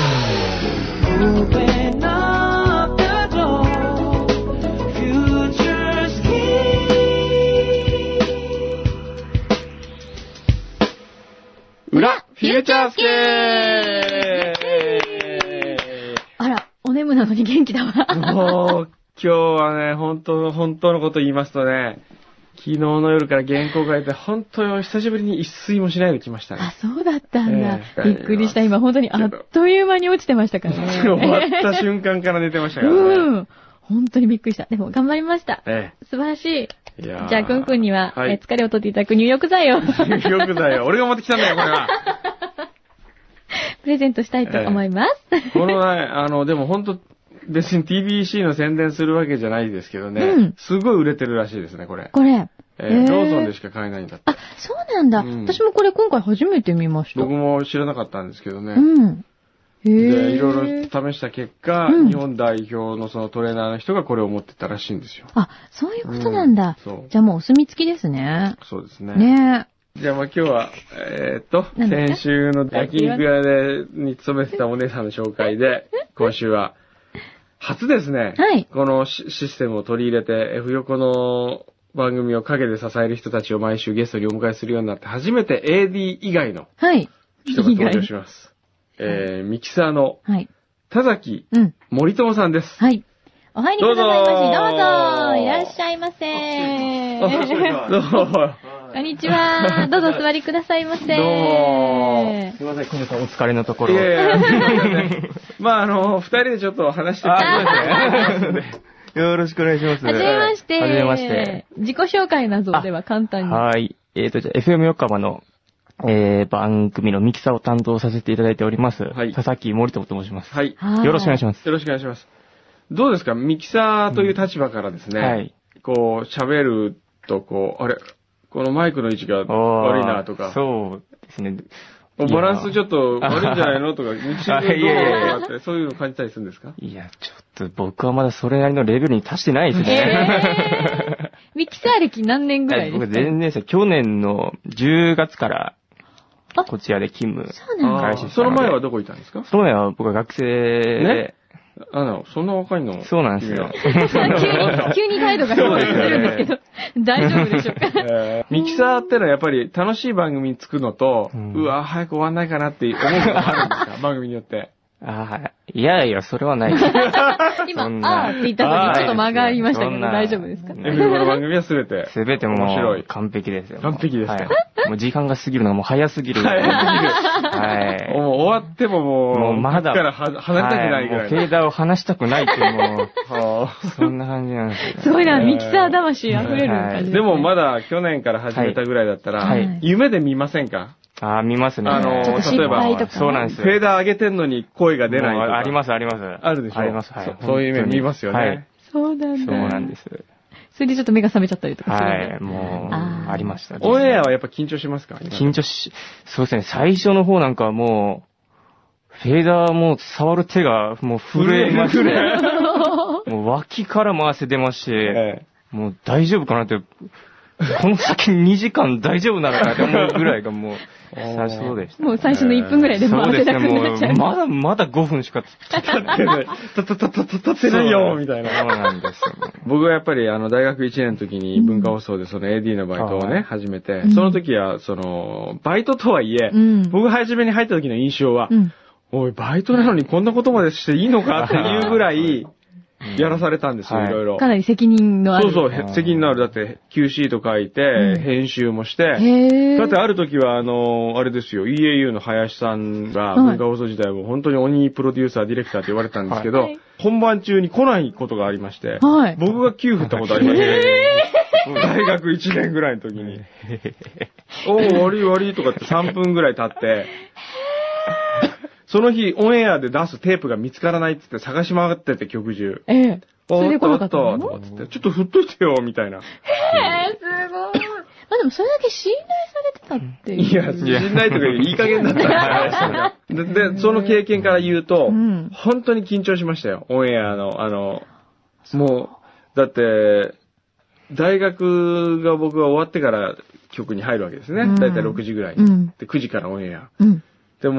Open up the door, future's key. 裏、フューチャースケあら、お眠なのに元気だわ。 もう、今日はね、本当のこと言いますとね、昨日の夜から原稿書いて、本当久しぶりに一睡もしないで来ましたね。 あ、そうだったんだ。 ええびっくりした。今本当にあっという間に落ちてましたからね。 終わった瞬間から寝てましたからね。 うん。本当にびっくりした。でも頑張りました。 え素晴らしい。 え。いやじゃあ、くんくんには、 はい疲れを取っていただく入浴剤をよくだよ。俺が持ってきたんだよ、これは。 プレゼントしたいと思います。 このね、でも本当別に TBC の宣伝するわけじゃないですけどね、 うんすごい売れてるらしいですね、これ。 これ。 ローソンでしか買えないんだって。 あ、そうなんだ。 うん私もこれ今回初めて見ました。 僕も知らなかったんですけどね。 うん。へで、 え。 いろいろ試した結果、 うん日本代表のそのトレーナーの人がこれを持ってたらしいんですよ。 あ、そういうことなんだ。 そう。 じゃあもうお墨付きですね。 そうですね。 ねじゃあまあ今日は、 何ですか先週の焼肉屋に勤めてたお姉さんの紹介で、今週は、初ですね。 はいこのシステムを取り入れて、F 横の番組を陰で支える人たちを毎週ゲストにお迎えするようになって、初めて AD 以外のはい。 人が登場します。ミキサーのはい。 田崎うん。 森友さんです。 はい。お入りくださいまし。 どうぞどうぞ。いらっしゃいませ。 どうも。 こんにちは。どうぞお座りくださいませ。 どうもすいません、金さんお疲れのところ。 いやいや、まあ二人でちょっと話してみてください。 よろしくお願いします。 はじめまして。 はじめまして。 自己紹介などでは簡単に。 はい。じゃあ FM 横浜の、番組のミキサーを担当させていただいております。 はい佐々木森友と申します。 はい。 はいよろしくお願いします。 よろしくお願いします。どうですかミキサーという立場からですね、 はい。 こう、喋ると、あれ、このマイクの位置が悪いなとか、 そうですね。 バランスちょっと悪いんじゃないのとか、ミキシングどういやいやいやとかって、そういうの感じたりするんですか？ いや、ちょっと僕はまだそれなりのレベルに達してないですね。 ミキサー歴何年ぐらいですか？ 僕全然ですよ。去年の10月から、 あこちらで勤務。 そうなんだ。 開始したそのので前はどこいたんですか？ その前は僕は学生で、 ねそんな若いの？ そうなんですよ。 急に態度が変わってるんですけど、大丈夫でしょうか？ ミキサーってのはやっぱり楽しい番組に作るのと、 うんうわ、早く終わんないかなって思うことがあるんですか？番組によって。 いやいや、それはないです。 今、 そんなあーって言った時にちょっと間がありましたけど、 そんな大丈夫ですか？ F 横の番組はすべて。 すべても面白いう完璧ですよ。 完璧ですかはい。もう時間が過ぎるのがもう早すぎる。 早すぎるはい。 もう終わってももうまだ。 こっから離れたくないぐらいの。 もうフェーダーを離したくないっていうもう、 はあそんな感じなんですよ。 すごいな、ミキサー魂溢れる感じですね。 でもまだ去年から始めたぐらいだったら、 はい夢で見ませんか？ 見ますね。 ちょっと失敗とかそうなんですよ。 フェーダー上げてんのに声が出ないとか。 あります、あります。 あるでしょ？ あります、はい。 そういう夢見ますよね。 はい。 そうなんそうだ。 なんです。 それでちょっと目が覚めちゃったりとかするんだはい、もう、 あーありました。 オンエアはやっぱ緊張しますか？ 緊張し、そうですね、最初の方なんかはもう、フェーダーもう触る手がもう震えまして、もう脇からも汗出まして、 えもう大丈夫かなって、この先2時間大丈夫なのかなって思うぐらいがもう、最初そうでした。 もう最初の1分ぐらいでもうそうですね、 汗だくになっちゃう。 もう、まだ5分しか経ってない。 立ってないよみたいな。 そうなんですよ。 僕はやっぱり大学1年の時に文化放送でその AD のバイトをね、始めて、その時はバイトとはいえ、 うん僕が初めに入った時の印象は、 うん。 おい、バイトなのにこんなことまでしていいのかっていうぐらい、やらされたんですよ、 はいいろいろ。 かなり責任のある。 そうそう、責任のある。だって QC と書いて、 うん編集もして、 へー。 だってある時はあれですよ、EAU の林さんがはい文化放送時代も本当に鬼プロデューサー、ディレクターって言われてたんですけど、 はい本番中に来ないことがありまして、 はい僕が給付ったことありまして、大学1年ぐらいの時に、おー、悪い悪いとかって3分ぐらい経って、その日オンエアで出すテープが見つからないって言って探し回ってて曲中。 ええ。それで来なかったあの？ とかつって、ちょっと振っといてよ、みたいな。 すごい。まあでもそれだけ信頼されてたっていう。 いや、信頼とかいい加減だったんですよ。で、その経験から言うと、 うん本当に緊張しましたよ。オンエアの、もう、だって、大学が僕が終わってから局に入るわけですね。 うんだいたい6時ぐらいに。 うんで、9時からオンエア。 うん。 でも、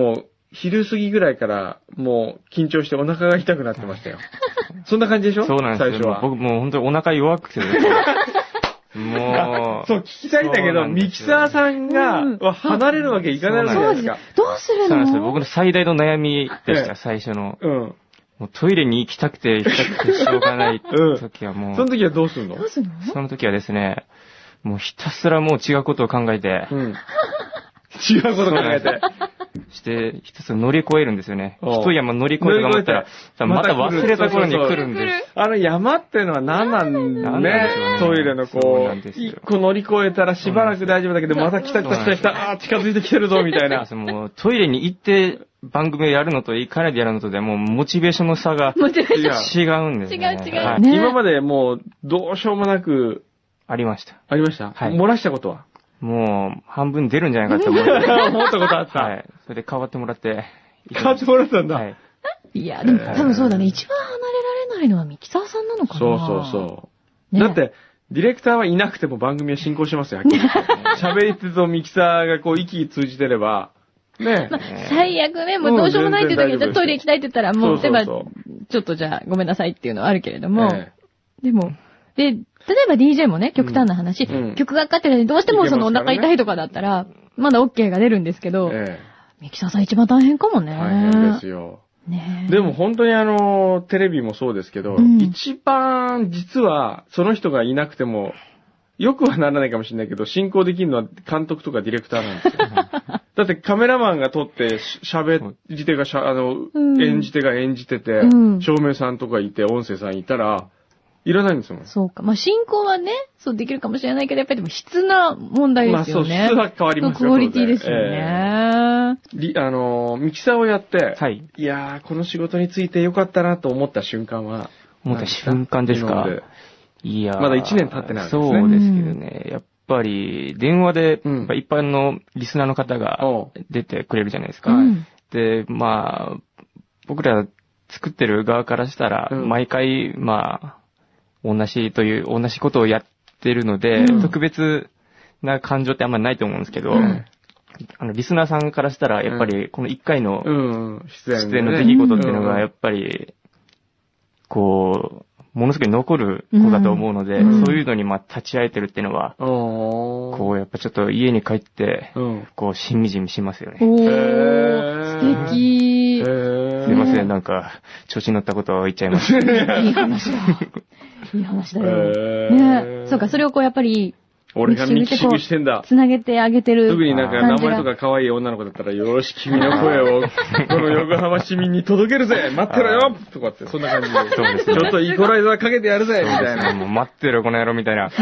昼過ぎぐらいからもう緊張してお腹が痛くなってましたよ。そんな感じでしょ？ そうなんですよ。 最初は。 僕もう本当にお腹弱くてですね。もう。 そう、聞きたいんだけど、ミキサーさんが離れるわけいかないじゃないですか。 どうするそうなんですよ。 の？ 僕の最大の悩みでした、最初の。 うん。 もうトイレに行きたくてしょうがない時はもう。 その時はどうするの？ その時はですね、もうひたすらもう違うことを考えて、 うん。違うこと考えて。 して、ひたすら乗り越えるんですよね。 おう一山乗り越えて頑張ったら、また忘れた頃に来るんです。 山っていうのは何なんなんねでしょうね。 トイレのそうなんですよ一個乗り越えたらしばらく大丈夫だけど、また来た、あー近づいてきてるぞ、みたいな。 もうトイレに行って番組をやるのと行かないでやるのとでもうモチベーションの差が違うんですね。 違うはいね今までもうどうしようもなくありました。 ありました。 はい漏らしたことはもう半分出るんじゃないかって思って。 思ったことあった。 はい。それで変わってもらって。 変わってもらったんだ。 はい。 いや、でも多分そうだね。一番離れられないのはミキサーさんなのかな。 そう。 ねだって、ディレクターはいなくても番組は進行しますよ、はっきり言って喋り手とミキサーがこう息通じてれば、ねまあ、最悪ね、もうどうしようもないっていう時に、じゃあトイレ行きたいって言ったら、もう、例えば、ちょっとじゃあごめんなさいっていうのはあるけれども、でも、で、例えば DJ もね、極端な話、曲がかかってるのにどうしてもそのお腹痛いとかだったら、まだ OK が出るんですけど、ミキサーさん一番大変かもね。 大変ですよ。 ねでも本当にテレビもそうですけど、一番実はその人がいなくても、よくはならないかもしれないけど、進行できるのは監督とかディレクターなんですよ。だってカメラマンが撮って喋り手が演じ手が演じてて、照明さんとかいて、音声さんいたら、いらないんですもん。 そうか。まあ、進行はね、そうできるかもしれないけど、やっぱりでも質な問題ですよね。 まあそう、質は変わりますよ。 クオリティですよね。 ミキサーをやって、 はい。 いやー、この仕事についてよかったなと思った瞬間は。 思った瞬間ですか？いやー。 まだ1年経ってないですね。 そうですけどね。やっぱり、電話で、一般のリスナーの方が出てくれるじゃないですか。で、まあ、僕ら作ってる側からしたら、毎回、まあ、同じことをやってるので、特別な感情ってあんまりないと思うんですけど、リスナーさんからしたら、やっぱり、この1回の出演の出来事っていうのが、やっぱり、こう、ものすごい残る子だと思うので、そういうのに立ち会えてるっていうのは、こう、やっぱちょっと家に帰って、こう、しみじみしますよね。 素敵。 すいません、なんか、調子に乗ったことを言っちゃいました。 いい話だ。いい話だよ。ね、そうか、それをこう、やっぱり、 俺がミキシングしてんだ。 つなげてあげてる。 特になんか名前とか可愛い女の子だったら、よし、君の声を、この横浜市民に届けるぜ待ってろよとかって、そんな感じで。 そうですね。 ちょっとイコライザーかけてやるぜみたいな。 もう待ってろ、この野郎みたいな。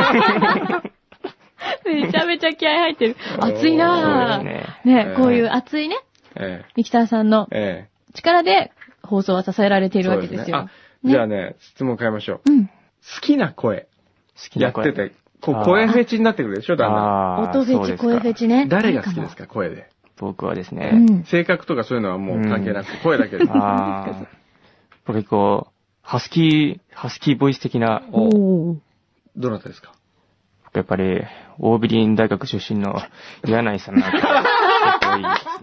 めちゃめちゃ気合入ってる。熱いなぁ。ね、こういう熱いね、ミキサーさんの力で放送は支えられているわけですよ。 じゃあね、質問変えましょう。好きな声。やってて、声フェチになってくるでしょ、だんだん。 音フェチ、声フェチね。 誰が好きですか、声で。 僕はですね。 性格とかそういうのはもう関係なくて、声だけです。 僕こう、ハスキーボイス的な。 どなたですか？ やっぱり、オービリン大学出身の柳井さんなんか、結構いい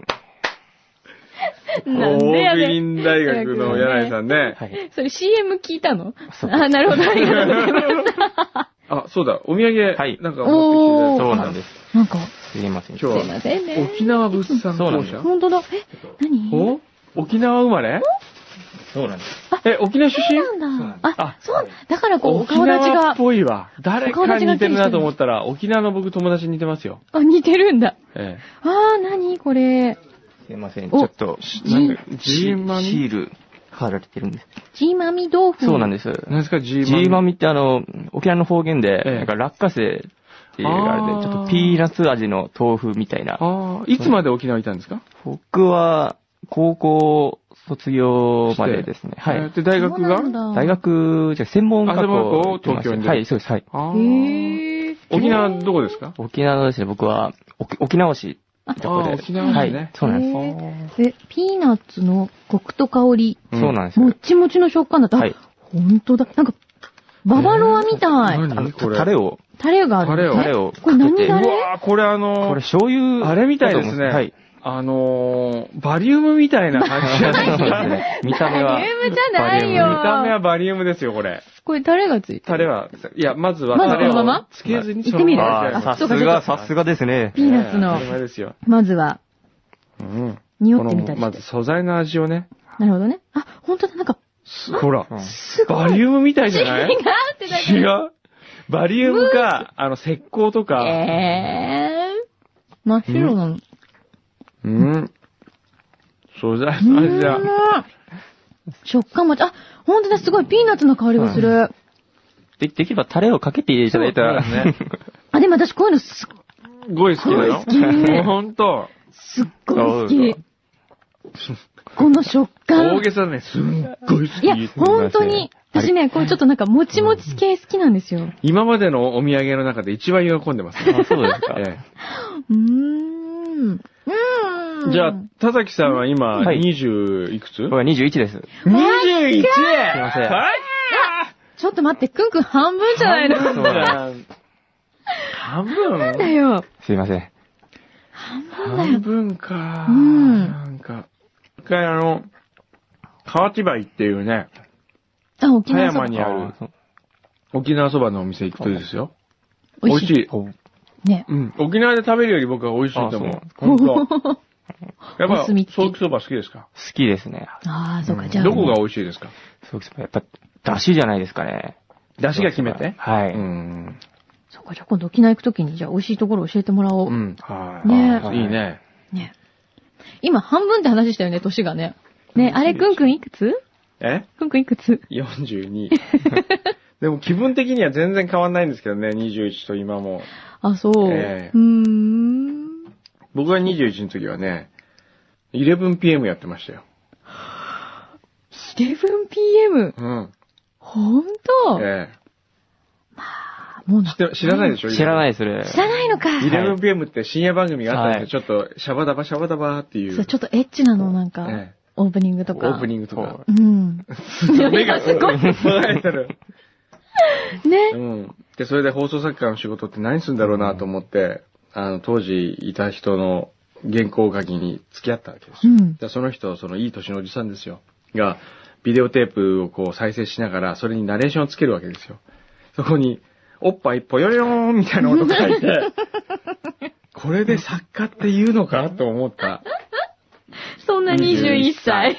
ですね。 なんでやねん。 オービリン大学の柳井さんね。 それ CM 聞いたの？あ、なるほど。ありがとうございます。 あ、そうだ、お土産、なんか持ってきてそうなんです。 なんか、 すいません。 今日は、すいませんね。 沖縄物産公社？ 本当だ。何？ 沖縄生まれ？ そうなんです。 沖縄出身？ そうなんだ。あ、そうだからこう、お顔立ちが。 沖縄っぽいわ。誰か似てるなと思ったら、沖縄の僕友達に似てますよ。 あ、似てるんだ。 あー、何これ。 すいません、ちょっと、 ジーマミシール貼られてるんです。 ジーマミ豆腐。 そうなんです。 何ですか、ジーマミ？ ジーマミって沖縄の方言で、なんか落花生っていうあれで、ちょっとピーナッツ味の豆腐みたいな。 いつまで沖縄いたんですか？ 僕は、高校卒業までですね。はい。 で、大学が？ 大学、専門学校。 東京に。 はい、そうです。はい。 沖縄どこですか？ 沖縄のですね、僕は、沖縄市。 沖縄市ね。 そうなんです。ピーナッツのコクと香り。 そうなんですよ。 もっちもちの食感だった。はい。ほんとだ。なんか、ババロアみたい。 何これ？ タレがある。 タレを。 これ何タレ？ うわこれこれ醤油。 あれみたいですね。 はい。 バリウムみたいな感じじゃないですか。 見た目は。 バリウムじゃないよ。 見た目はバリウムですよ、これ。 これタレがついてる。 タレは、いや、まずはまずタレをこのままつけずに行ってみるさすがですね。 ピーナッツの当たり前ですよ。 まずは、匂ってみたりして。 まず素材の味をね。 なるほどね。あ、ほんとだ、なんか、 ほら、 すごい。 バリウムみたいじゃない？ 違うってだけ。 違う。バリウムか、石膏とか。 真っ白なの。 素材の味だ。 食感も、あ、ほんとだ、すごいピーナッツの香りがする。 できればタレをかけていただいたら。 ね。 あ、でも私こういうのすっごい好きだよ。もうほんと。 すっごい好き。この食感。 大げさね、すっごい好き。 いや、ほんとに。私ね、これちょっとなんか、もちもち系好きなんですよ。 今までのお土産の中で一番喜んでます。 あ、そうですか。 じゃあ、田崎さんは今、20いくつ？ 僕は21です。 21！ すいません。 ちょっと待って、くんくん半分じゃないの？ 半分なんだよ。 すいません。 半分か。なんか、一回河内梅っていうね、 あ、沖縄そば。 葉山にある沖縄そばのお店行くとですよ。 美味しい。ね。 沖縄で食べるより僕は美味しいと思う。ほんと。やっぱ、ソーキそば好きですか？ 好きですね。 ああ、そうか、じゃあ。 どこが美味しいですか？ ソーキそば、やっぱ、出汁じゃないですかね。 出汁が決めて？ はい。 そうか、じゃあ今度沖縄行くときに、じゃあ美味しいところ教えてもらおう。 はい。 ね。 いいね。 ね。今半分って話したよね、年がね。ね、あれ、くんくんいくつ？くんくんいくつ？ 42。でも気分的には全然変わんないんですけどね、21と今も。 あ、そう。 僕が21の時はね、11PM やってましたよ。 11PM？ ほんと？まあ、もう知らないでしょ？ 知らないそれ。 知らないのか。 11PM って深夜番組があったんですよ。ちょっとシャバダバシャバダバっていう。 そう、ちょっとエッチなのなんか、オープニングとか。 オープニングとか。 目がすごい。 輝いてる。 ね。 で、それで放送作家の仕事って何するんだろうなと思って、当時いた人の原稿書きに付き合ったわけですよ。でその人、いい年のおじさんですよ。が、ビデオテープをこう再生しながら、それにナレーションをつけるわけですよ。そこに、おっぱいぽよよーんみたいな音が入って、これで作家って言うのかと思った。 そんな21歳。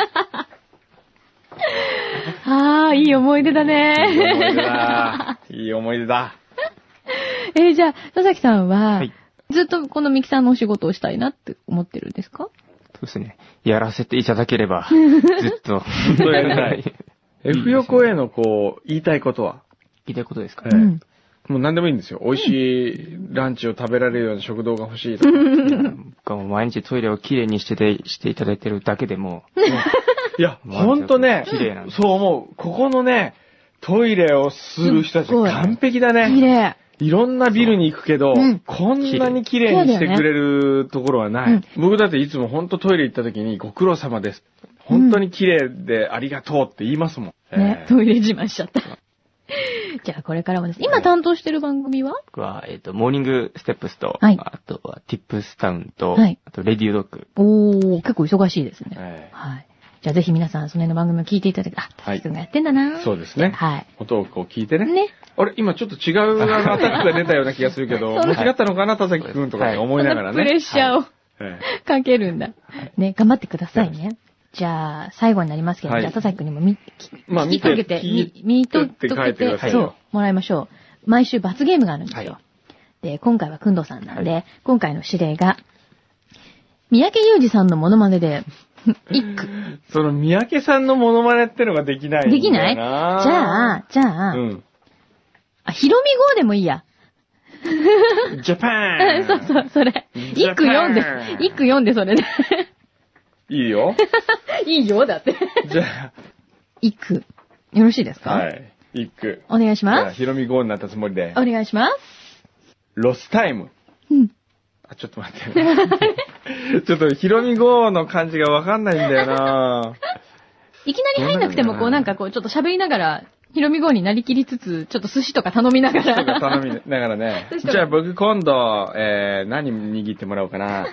ああ、いい思い出だね。 いい思い出だ。いい思い出だ。 じゃあ、田崎さんは、ずっとこのミキさんのお仕事をしたいなって思ってるんですか？ そうですね。やらせていただければ、ずっと。 ずっとやりたい。F 横への言いたいことは？ 言いたいことですか？ もう何でもいいんですよ。美味しいランチを食べられるような食堂が欲しいとか。 僕はもう毎日トイレをきれいにしていただいてるだけでも。 いや、ほんとね、そう思う。ここのね、トイレをする人たち完璧だね。 綺麗。 いろんなビルに行くけど、こんなに綺麗にしてくれるところはない。僕だっていつもほんとトイレ行った時にご苦労様です。本当に綺麗でありがとうって言いますもん。 ね、トイレ自慢しちゃった。じゃあこれからもです。今担当してる番組は？ 僕は、モーニングステップスと、あとはティップスタウンと、あとレディオドッグ。 結構忙しいですね。はい。じゃあぜひ皆さんその辺の番組を聞いていただき、田崎くんがやってんだな。 そうですね。はい。音を聞いてね。ね。あれ今ちょっと違うアタックが出たような気がするけど、間違ったのかな、田崎くんとか思いながらね。 プレッシャーをかけるんだ。ね、頑張ってくださいね。じゃあ、最後になりますけど、じゃあ、田崎くんにも聞きかけて、見とってそう、もらいましょう。毎週罰ゲームがあるんですよ。で、今回はくんどうさんなんで、今回の指令が、三宅裕二さんのモノマネで、一句。 その三宅さんのモノマネってのができないんだよな。 できない？じゃあ、ヒロミ号でもいいや。 ジャパンそう、それ。一句読んで、それで。 いいよ。 いいよ、だって。 じゃあ。 一句。よろしいですか？ はい。一句。 お願いします。じゃあ、 ヒロミ号になったつもりで。 お願いします。 ロスタイム。ちょっと待って。ちょっと、ヒロミ号の感じがわかんないんだよな。 いきなり入んなくても、ちょっと喋りながら、ヒロミ号になりきりつつ、ちょっと寿司とか頼みながら。 寿司とか頼みながらね。じゃあ僕今度、何握ってもらおうかな。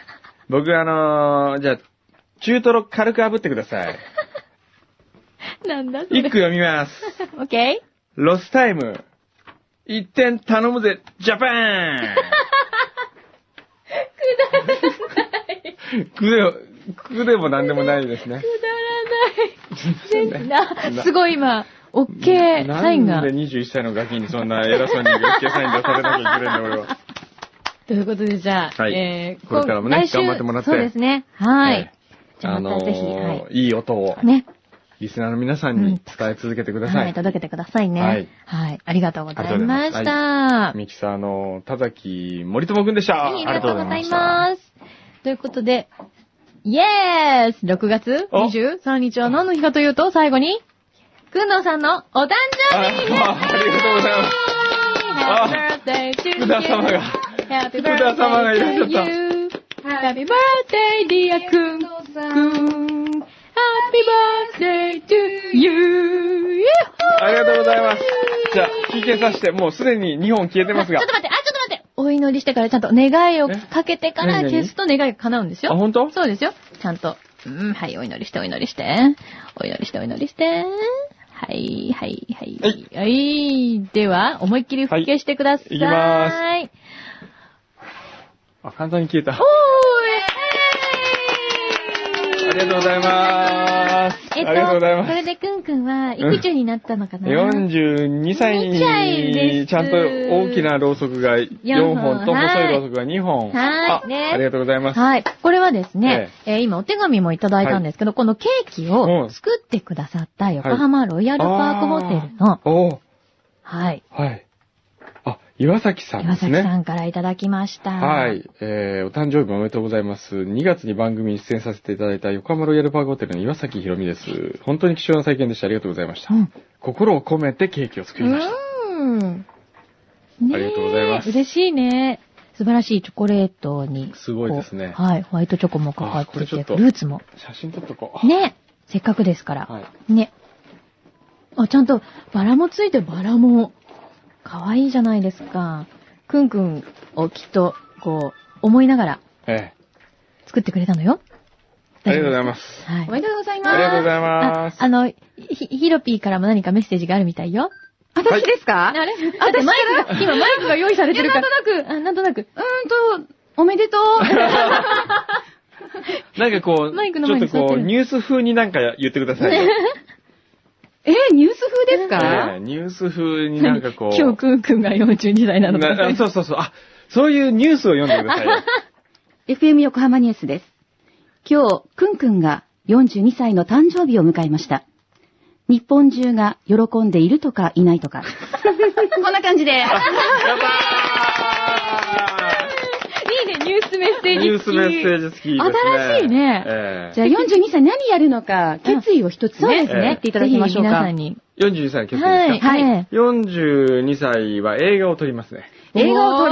僕じゃあ、中トロ軽く炙ってください。 なんだそれ。 一句読みます。 オッケー。 ロスタイム。1点頼むぜ、ジャパンくでもなんでもないですね。 くだらない。すごい今、オッケーサインが。 なんで21歳のガキにそんな偉そうにオッケーサイン出されなきゃいけないんだ、俺は。 ということで、じゃあ、 はい、これからもね、頑張ってもらって。 そうですね。はい。じゃあまたぜひ、 いい音を。ね。リスナーの皆さんに伝え続けてください。 はい、届けてくださいね。はい。はい。ありがとうございました。 ミキサーの田崎森友くんでした。 ありがとうございます。ということで、イエース !6 月23日は何の日かというと、最後に、くんのさんのお誕生日です。 ありがとうございます。福田様が。福田様がいらっしゃった。 Happy birthday, dear くん。Happy birthday to you! ありがとうございます。じゃあ、聞けさせて、もうすでに2本消えてますが。 ちょっと待って。お祈りしてからちゃんと願いをかけてから消すと願いが叶うんですよ。 あ、本当？ そうですよ。ちゃんと。はい、お祈りして。はい。では、思いっきり吹き消してください。 いきまーす。あ、簡単に消えた。ありがとうございます。ありがとうございます。 それでくんくんはいくつになったのかな？ 42歳にちゃんと大きなろうそくが4本と細いろうそくが2本。 はい。 ありがとうございます。 はい。これはですね、今お手紙もいただいたんですけど、このケーキを作ってくださった横浜ロイヤルパークホテルの、はい。はい。 岩崎さんですね。 岩崎さんからいただきました。 はい。お誕生日おめでとうございます。2月に番組に出演させていただいた横浜ロイヤルパークホテルの岩崎ひろみです。本当に貴重な体験でした。ありがとうございました。心を込めてケーキを作りました。ありがとうございます。 嬉しいね。素晴らしいチョコレートに。 すごいですね。 はい。ホワイトチョコもかかってて、フルーツも。 写真撮っとこう。 ね。せっかくですから。ね。ちゃんとバラもついてバラも。かわいいじゃないですか。くんくんをきっと、思いながら、作ってくれたのよ。 ありがとうございます。 はい。おめでとうございます。 ありがとうございます。 ヒロピーからも何かメッセージがあるみたいよ。 私ですか？ あれ今マイクが用意されてるから。なんとなく。 おめでとう。 なんかちょっとニュース風になんか言ってくださいよ。 ニュース風ですか？ ニュース風になんか今日くんが42歳なのか。 そう。そういうニュースを読んでくださいよ。 FM 横浜ニュースです。今日、くんが42歳の誕生日を迎えました。日本中が喜んでいるとかいないとか。こんな感じで。やったいいね、ニュースメッセージ付き。 ニュースメッセージ付きですね。 新しいね。 じゃあ42歳何やるのか、決意を一つね、言っていただきましょうか。 皆さんに。 42歳の決意ですか？はい。42歳は映画を撮りますね。 映画を撮る。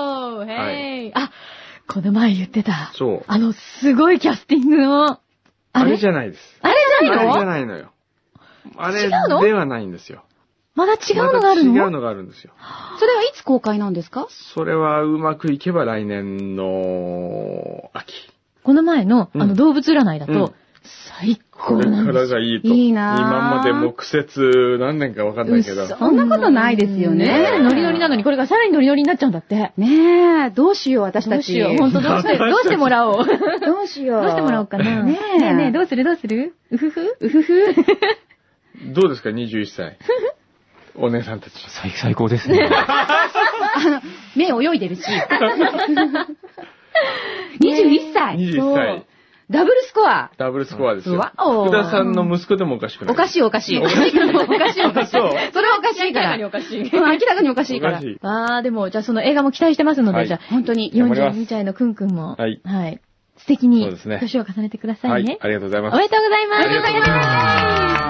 この前言ってた。 そう。 すごいキャスティングの。 あれじゃないです。 あれじゃないの？ あれじゃないのよ。あれではないんですよ。 まだ違うのがあるの？ 違うのがあるんですよ。 それはいつ公開なんですか？ それはうまくいけば来年の秋。 この前の、動物占いだと、最高なんですよ。 これからがいいと。 いいなぁ。 今まで木節何年かわかんないけど。 そんなことないですよね。 ノリノリなのに、これがさらにノリノリになっちゃうんだって。 ねえ、どうしよう、私たち。 どうしよう、ほんとどうしてもらおう。 どうしよう。 どうしてもらおうかな。ねえ、どうするうふふどうですか、21歳。お姉さんたち。 最高ですね。 目泳いでるし。21歳。 21歳。 ダブルスコア。 ダブルスコアですよ。 わお。 福田さんの息子でもおかしくない。 おかしい。 おかしい。 そう。それはおかしいから。 明らかにおかしい。 明らかにおかしいから。 でも、じゃあその映画も期待してますので、じゃあ、 本当に 42歳のくんくんも、はい。素敵に、年を重ねてくださいね。 ありがとうございます。 おめでとうございます。 ありがとうございます。